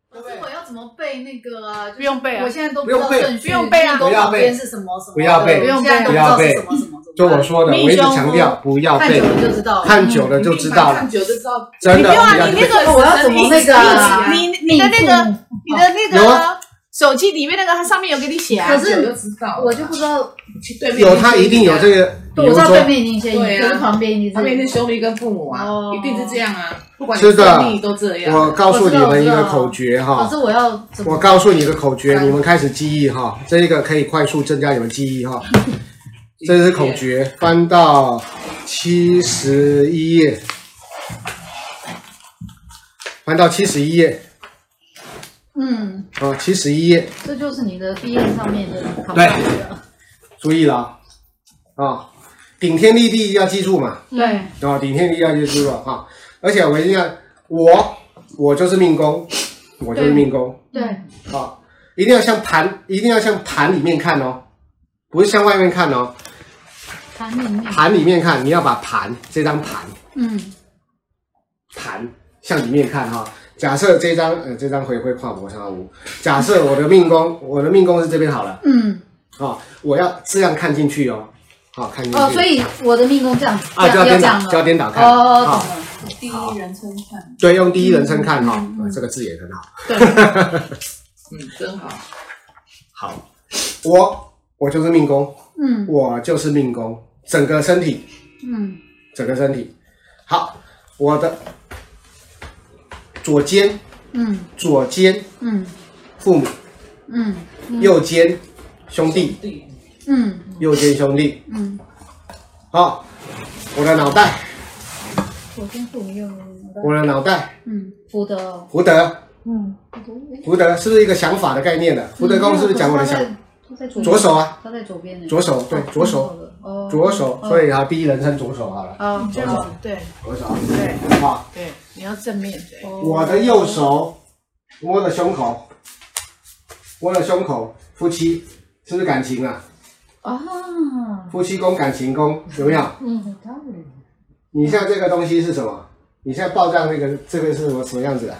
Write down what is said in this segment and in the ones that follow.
可是我要怎么背那个啊？ 不用背啊， 我现在都不知道顺序， 不用背啊， 不要背是什么什么， 不要背， 不用背，不要背。 就我说的，我一直强调不要背，看久了就知道了， 看久了就知道。 真的， 你不用啊，你那个我要怎么那个？ 你的那个手机里面那个，它上面有给你写啊。 可是就知道， 我就不知道。 有，他一定有这个。 我知道对面一定先， 对啊， 旁边是兄弟跟父母啊，一定是这样啊，不管是的， 你都这样。 我告诉你们一个口诀哈。 可是我要， 我告诉你一个口诀，你们开始记忆哈，这个可以快速增加你们记忆哈。这是口诀，翻到71页，翻到71页。71页。 这就是你的第一页上面的。 对，注意了啊，顶天立地要记住嘛。 对。 啊，顶天立地要记住了啊，而且我一定要，我就是命宫，我就是命宫。 对。 啊，一定要向盘里面看哦，不是向外面看哦。盘里面看，你要把这张盘，盘向里面看哈。假设这张回跨博上屋，假设我的命宫是这边好了，我要这样看进去哦，好看进去。哦， 所以我的命宫这样啊，就要颠倒看。 哦，懂了。 第一人称看。 对，用第一人称看哈，这个字也很好。 对。真好。 好，我就是命宫，我就是命宫。整个身体，整个身体，好，我的左肩，父母，右肩兄弟，右肩兄弟，好，我的脑袋， 左肩父母右肩， 我的脑袋， 福德， 福德是不是一个想法的概念的？福德宫是不是讲我的想？左手啊， 他在左边呢。 左手对，左手，所以第一人称左手好了。 左手对， 左手对， 好， 对，你要正面对。 我的右手摸着胸口，夫妻是不是感情啊？夫妻宫、感情宫有没有？ 有道理。 你像这个东西是什么？你现在报账这个是什么样子啊？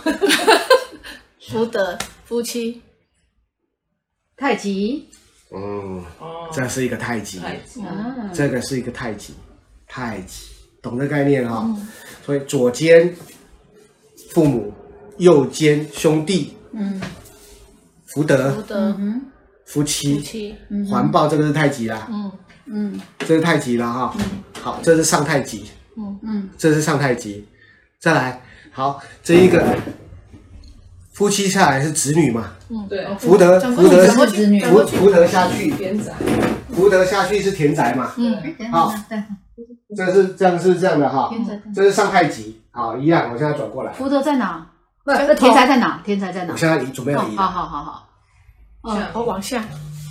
福德夫妻。 太极， 这是一个太极，这个是一个太极，懂这概念哈？所以左肩父母，右肩兄弟，福德，夫妻，环抱这个是太极啦，这是太极了哈。好，这是上太极，这是上太极，再来，好，这一个。夫妻下来是子女嘛？ 对。 福德是子女， 福德下去， 田宅。 福德下去是田宅嘛？好，这是这样的哈。这是上太极，好，一样。我现在转过来。 福德在哪？田宅在哪？田宅在哪？ 我现在准备要移。 好。 往下。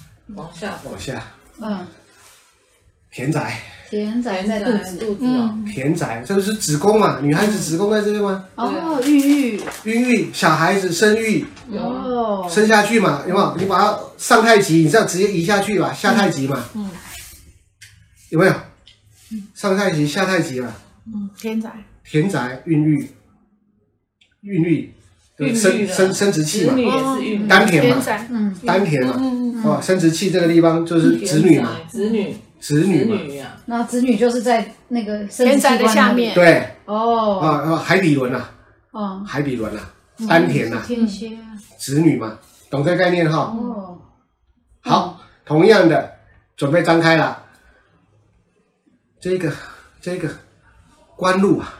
田宅。 田宅在肚子哦。 田宅，这个是子宫嘛？女孩子子宫在这边吗？ 孕育， 小孩子生育，生下去嘛，有没有？你把它上太极，你这样直接移下去吧，下太极嘛，有没有？上太极，下太极嘛。 田宅，孕育，生殖器嘛，丹田嘛，丹田嘛，生殖器这个地方就是子女嘛，子女嘛， 那子女就是在那个田宅的下面。 对，海底轮啊，丹田啊， 天蝎， 子女嘛，懂这个概念哈？好，同样的，准备张开了，这个官禄啊，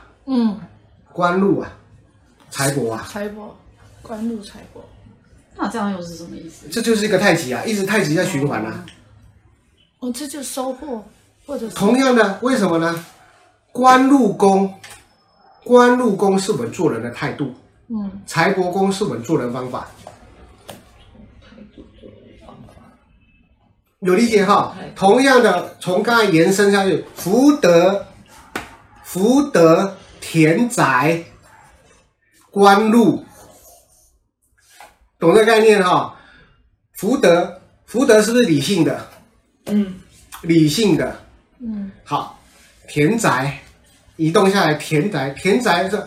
财帛啊， 官禄财帛， 那这样又是什么意思？ 这就是一个太极啊，一直太极在循环啊。 这就是收获，或者同样的，为什么呢？官禄宫是我们做人的态度，财帛宫是我们做人方法，有理解哈？同样的，从刚才延伸下去，福德、田宅、官禄，懂这个概念哈？福德是不是理性的？理性的，好，田宅移动下来，田宅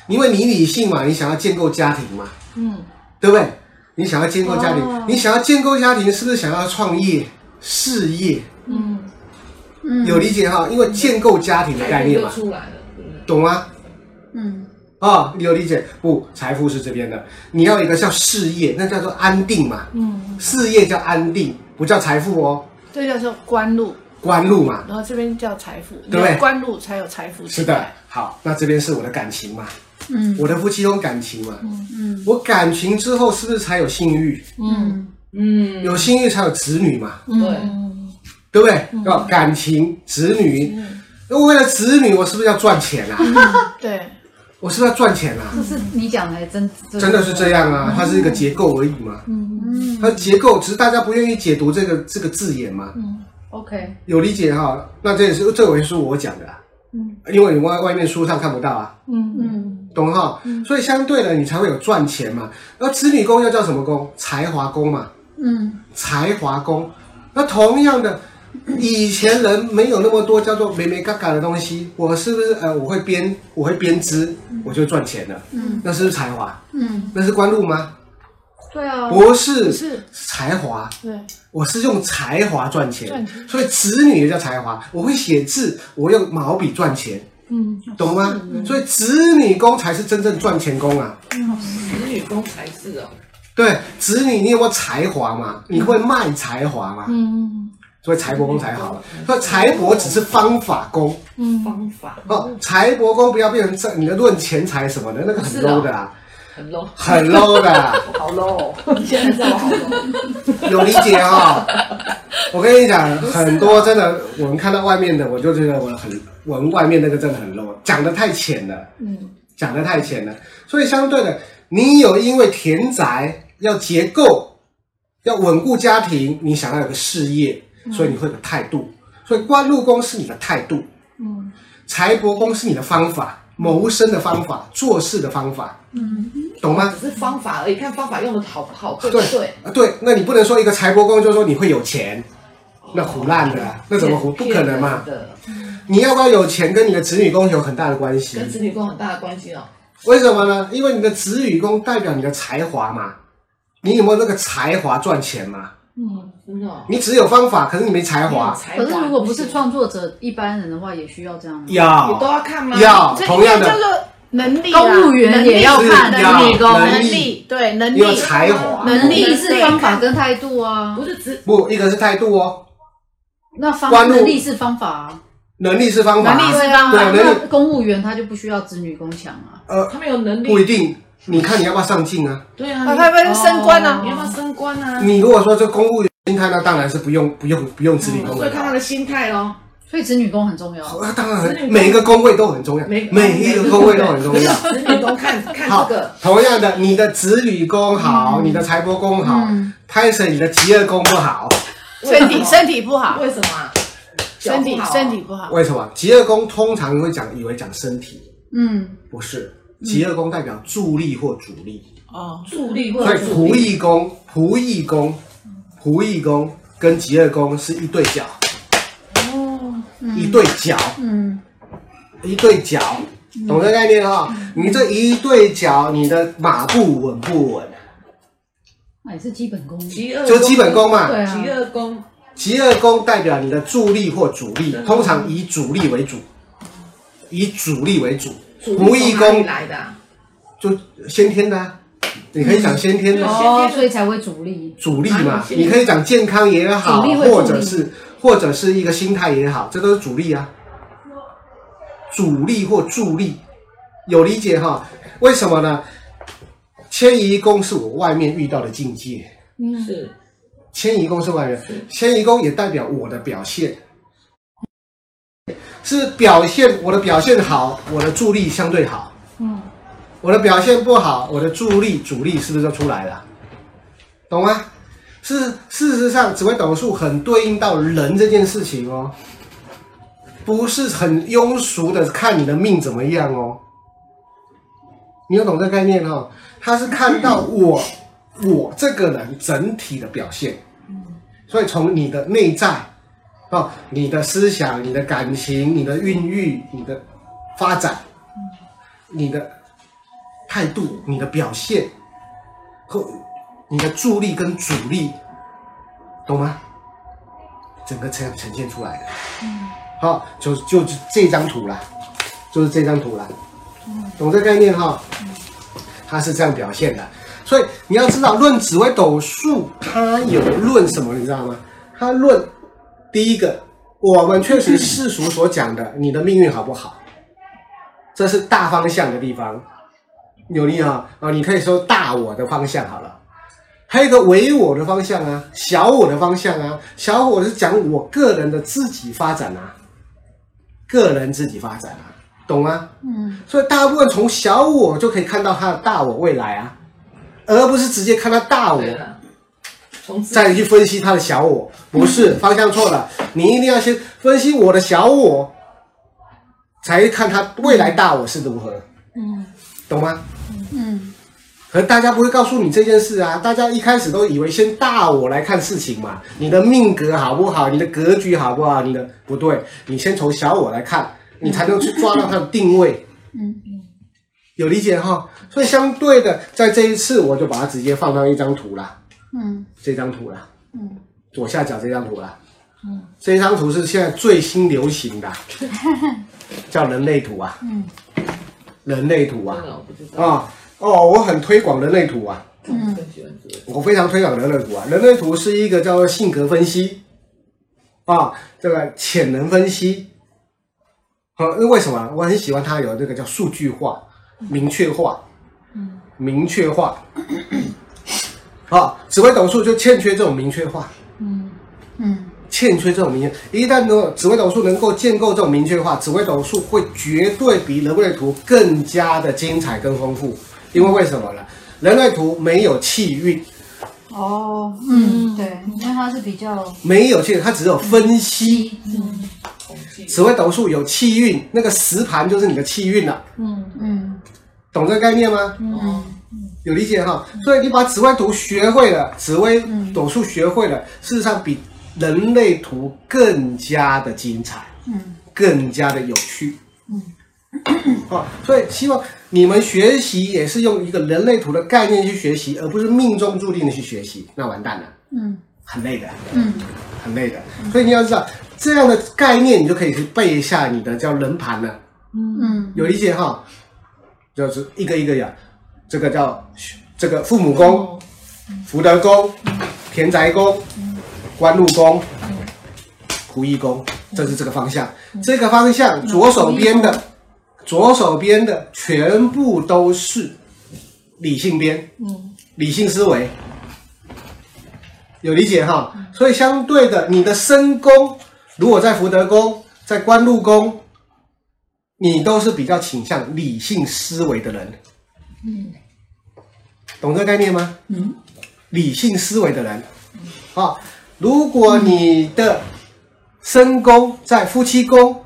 因为你理性嘛，你想要建构家庭嘛，对不对？你想要建构家庭，你想要建构家庭，是不是想要创业、事业？有理解哈？因为建构家庭的概念嘛， 出来了， 懂吗？有理解不？财富是这边的，你要有一个叫事业，那叫做安定嘛。事业叫安定，不叫财富哦。 这叫做官禄。 官禄嘛， 然后这边叫财富， 对不对？ 官禄才有财富。 是的，好，那这边是我的感情嘛，我的夫妻宫感情嘛，我感情之后是不是才有性欲？有性欲才有子女嘛，对不对？感情、子女，为了子女，我是不是要赚钱啊？ 对， 我是不是要赚钱啊？ 这是你讲的，真的是这样啊，它是一个结构而已嘛，它结构只是大家不愿意解读这个字眼嘛。 OK， 有理解哈？那这也是这回是我讲的啦，因为你外面书上看不到啊，懂哈？所以相对的你才会有赚钱嘛。那子女宫又叫什么宫？才华宫嘛，才华宫。那同样的，以前人没有那么多叫做美美嘎嘎的东西，我是不是我会编织，我就赚钱了？那是不是才华？那是官禄吗？ 对啊， 不是才华， 对， 我是用才华赚钱，所以子女也叫才华。我会写字，我用毛笔赚钱，懂吗？所以子女宫才是真正赚钱宫啊， 子女宫才是哦。 对，子女你有没有才华嘛？你会卖才华嘛？所以财帛宫才好了。所以财帛只是方法宫， 方法财帛宫不要变成你的论钱财什么的，那个很 low 的啦。 很 low 的， 好 low， 你现在知道我好 low， 有理解哈？我跟你讲，很多真的，我们看到外面的，我就觉得我们外面那个真的很 low， 讲得太浅了，讲得太浅了。所以相对的，你有因为田宅要结构，要稳固家庭，你想要有个事业，所以你会有个态度。所以官禄宫是你的态度，财帛宫是你的方法。谋生的方法，做事的方法，懂吗？ 只是方法而已，看方法用的好不好，对不对？ 对，那你不能说一个财帛宫就说你会有钱，那唬烂的，那怎么唬？不可能嘛！你要不要有钱，跟你的子女宫有很大的关系， 跟子女宫很大的关系哦。 为什么呢？因为你的子女宫代表你的才华嘛，你有没有那个才华赚钱嘛？ 真的。你只有方法，可是你没才华。 可是如果不是创作者，一般人的话也需要这样吗？ 要， 你都要看吗？ 要，同样的叫做能力， 公务员也要看能力， 能力， 对，能力， 有才华， 能力是方法跟态度啊， 不，一个是态度哦。 那能力是方法啊。 能力是方法， 能力是方法。 那公务员他就不需要子女宫强啊。 他们有能力， 不一定。你看你要不要上进啊？ 对啊， 他会不会升官啊？ 你要不要升官啊？ 你如果说这公务员心态，那当然是不用子女宫的。 所以看他的心态咯。 所以子女宫很重要。 当然每一个宫位都很重要，每一个宫位都很重要。 子女宫看这个。 同样的，你的子女宫好，你的财帛宫好，拍成你的疾厄宫不好， 身体不好， 为什么啊？ 身体不好， 为什么？疾厄宫通常会以为讲身体，不是，疾厄宫代表助力或主力， 助力或所以仆役宫跟疾厄宫是一对角，一对角，一对角，懂这概念哈？你这一对角，你的马步稳不稳？ 那也是基本功， 就基本功嘛， 对啊， 疾厄宫代表你的助力或主力，通常以主力为主，仆役宫来的， 就先天的啊，你可以讲先天的， 所以才会主力嘛，你可以讲健康也好，或者是一个心态也好，这都是主力啊，主力或助力，有理解哈？为什么呢？迁移宫是我外面遇到的境界， 是。 迁移宫是外面，迁移宫也代表我的表现，是我的表现好，我的助力相对好。我的表现不好，我的主力是不是就出来了？懂吗？事实上，紫微斗数很对应到人这件事情哦，不是很庸俗的看你的命怎么样哦。你有懂这个概念哦？他是看到我这个人整体的表现。所以从你的内在，你的思想、你的感情、你的孕育、你的发展、你的态度、你的表现和你的助力跟阻力，懂吗？整个呈现出来的。好，就是这张图啦，就是这张图啦。懂这个概念哈？它是这样表现的。所以你要知道，论紫微斗数，它有论什么，你知道吗？它论第一个，我们确实世俗所讲的，你的命运好不好，这是大方向的地方。有力啊，你可以说大我的方向好了，还有一个微我的方向啊，小我的方向啊。小我是讲我个人的自己发展啊，个人自己发展啊，懂吗？所以大部分从小我就可以看到他的大我未来啊。而不是直接看他大我，再去分析他的小我，不是，方向错了。你一定要先分析我的小我，才看他未来大我是如何，懂吗？可是大家不会告诉你这件事啊，大家一开始都以为先大我来看事情嘛，你的命格好不好，你的格局好不好，你的不对，你先从小我来看，你才能去抓到它的定位。有理解哈？所以相对的，在这一次我就把它直接放到一张图啦，这张图啦，左下角这张图啦，这张图是现在最新流行的，叫人类图啊，人类图啊，我很推广人类图啊，我非常推广人类图啊，人类图是一个叫做性格分析啊，这个潜能分析，为什么？我很喜欢它有这个叫数据化。明确化，紫微斗数就欠缺这种明确化，欠缺这种明确。一旦紫微斗数能够建构这种明确化，紫微斗数会绝对比人类图更加的精彩跟丰富。因为什么呢？人类图没有气运。 对，因为它是比较没有气运，它只有分析。紫微斗数有气运，那个实盘就是你的气运了。懂这个概念吗？有理解哈？所以你把紫微图学会了，紫微斗数学会了，事实上比人类图更加的精彩，更加的有趣。所以希望你们学习也是用一个人类图的概念去学习，而不是命中注定的去学习，那完蛋了。很累的，很累的。所以你要知道这样的概念，你就可以去背一下你的叫人盘了。有理解哈？就是一个一个呀，这个叫这个父母宫、福德宫、田宅宫、官禄宫、仆役宫，这是这个方向。这个方向左手边的全部都是理性边，理性思维，有理解哈？所以相对的，你的身宫如果在福德宫、在官禄宫，你都是比较倾向理性思维的人，懂这个概念吗？理性思维的人，如果你的身宫在夫妻宫，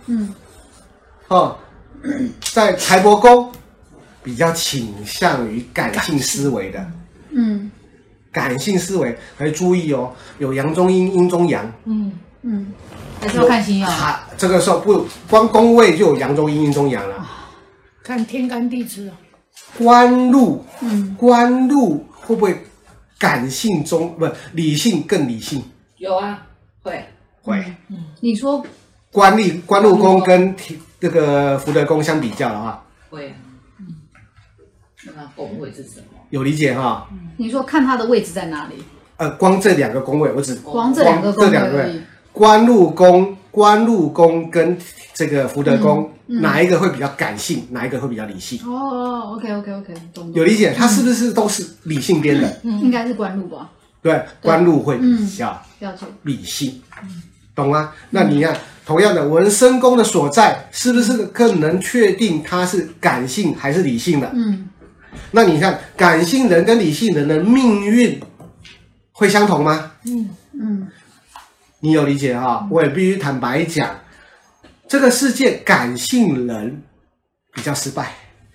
在财帛宫，比较倾向于感性思维的，感性思维，还注意哦，有阳中阴，阴中阳， 还是要看星曜。 这个时候不光宫位就有阳中阴、阴中阳了， 看天干地支啊。 官禄会不会感性中不理性更理性？ 有啊，会。 你说官禄宫跟这个福德宫相比较的话， 会。那它宫位是什么？ 有理解哈？ 你说看它的位置在哪里？ 光这两个宫位，我只光这两个宫位而已。 官禄宫跟这个福德宫，哪一个会比较感性，哪一个会比较理性 ？OK，懂。 有理解？它是不是都是理性边的？ 应该是官禄吧？ 对，官禄会比较理性，懂吗？那你看，同样的，我们身宫的所在，是不是更能确定它是感性还是理性的？那你看，感性人跟理性人的命运会相同吗？你有理解哈？我也必须坦白讲，这个世界感性人比较失败，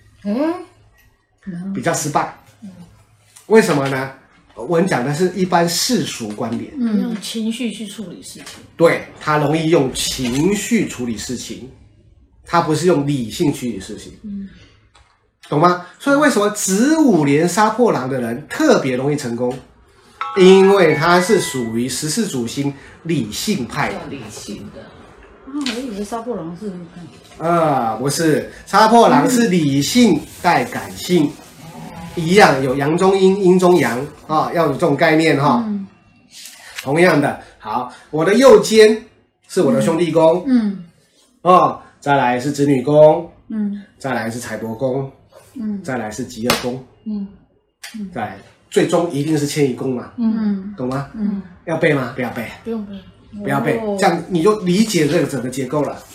比较失败。为什么呢？我们讲的是一般世俗观点， 用情绪去处理事情。 对，他容易用情绪处理事情，他不是用理性处理事情。 懂吗？所以为什么子午连杀破狼的人特别容易成功？因为他是属于14主星理性派的。 理性的。 我以为杀破狼是不是，杀破狼是理性带感性，一样有阳中阴，阴中阳啊，要有这种概念哈。同样的，好，我的右肩是我的兄弟宫，再来是子女宫，再来是财帛宫，再来是疾厄宫，再来最终一定是迁移宫嘛，懂吗？要背吗？不要背， 不用背。 不要背，这样你就理解这个整个结构了。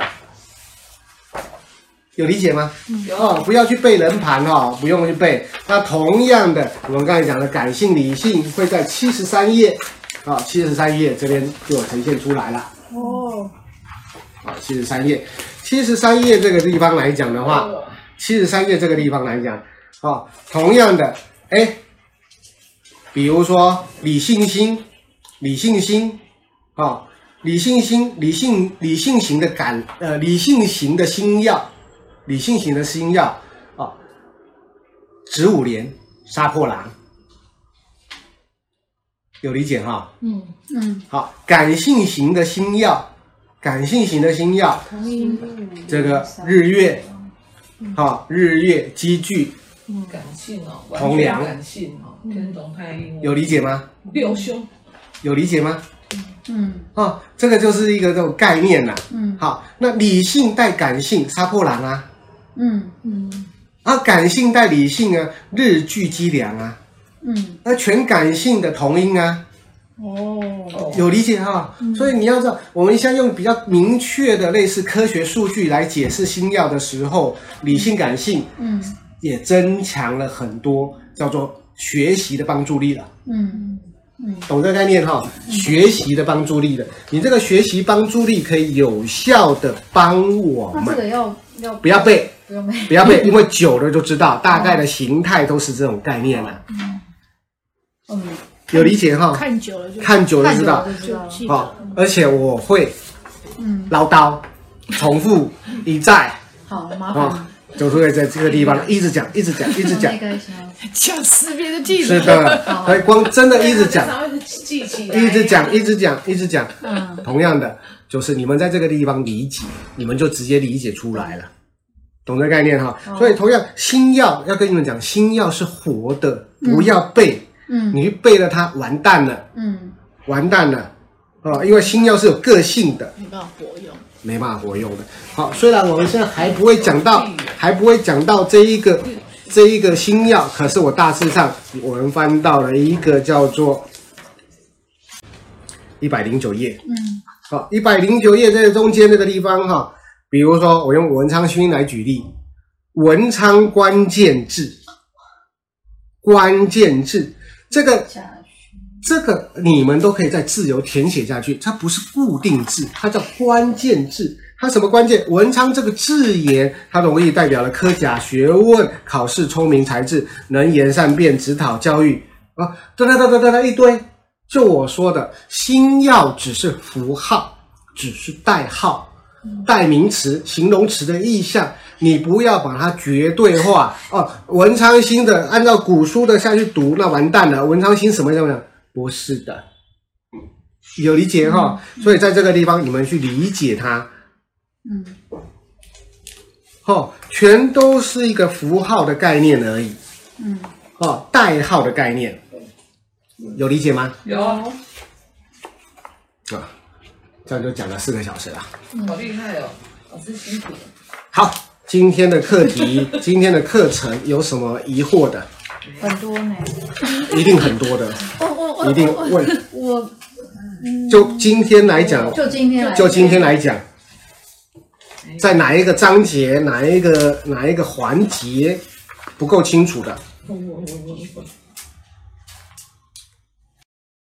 有理解吗？有不要去背人盘不用去背。那同样的，我们刚才讲的感性理性会在73页73页这边就有呈现出来了。73页，73页这个地方来讲的话，73页这个地方来讲，同样的，比如说理性型的星耀子午连杀破狼，有理解哈？好，感性型的星耀，这个日月，日月积聚， 感性同梁， 感性天同太阴， 有理解吗？ 六凶，有理解吗？这个就是一个这种概念啦。好，那理性带感性，杀破狼啊。感性带理性啊，日聚积梁啊。那全感性的同音啊。有理解哈？所以你要知道，我们现在用比较明确的类似科学数据来解释星耀的时候，理性感性，也增强了很多叫做学习的帮助力了。懂这个概念哈？学习的帮助力的，你这个学习帮助力可以有效的帮我们。 那这个要不要背， 不要背， 因为久了就知道，大概的形态都是这种概念了。有理解哈？看久了就知道。而且我会唠叨，重复一再。 好麻烦。 就是会在这个地方一直讲， 讲10遍就记得。 是的，所以光真的一直讲，一直讲。同样的，就是你们在这个地方理解，你们就直接理解出来了，懂这个概念哈？所以同样，星耀要跟你们讲，星耀是活的，不要背。你去背了它，完蛋了。完蛋了。因为星耀是有个性的，没办法活用的。好，虽然我们现在还不会讲到这一个星耀，可是我大致上我们翻到了一个叫做109页。好，109页这个中间这个地方比如说我用文昌星来举例，文昌关键字，这个你们都可以再自由填写下去，它不是固定字，它叫关键字。它什么关键？文昌这个字眼，它容易代表了科甲学问、考试、聪明才智、能言善辩、指导教育一堆。就我说的，星耀只是符号，只是代号、代名词、形容词的意象，你不要把它绝对化。文昌星的按照古书的下去读，那完蛋了。文昌星什么样？不是的，有理解哈？所以在这个地方你们去理解它，全都是一个符号的概念而已，代号的概念，有理解吗？ 有。 这样就讲了4个小时了， 好厉害哦，老师辛苦了。 好，今天的课题，今天的课程有什么疑惑的？ 很多呢， 一定很多的，一定问。就今天来讲，在哪一个章节、哪一个环节不够清楚的，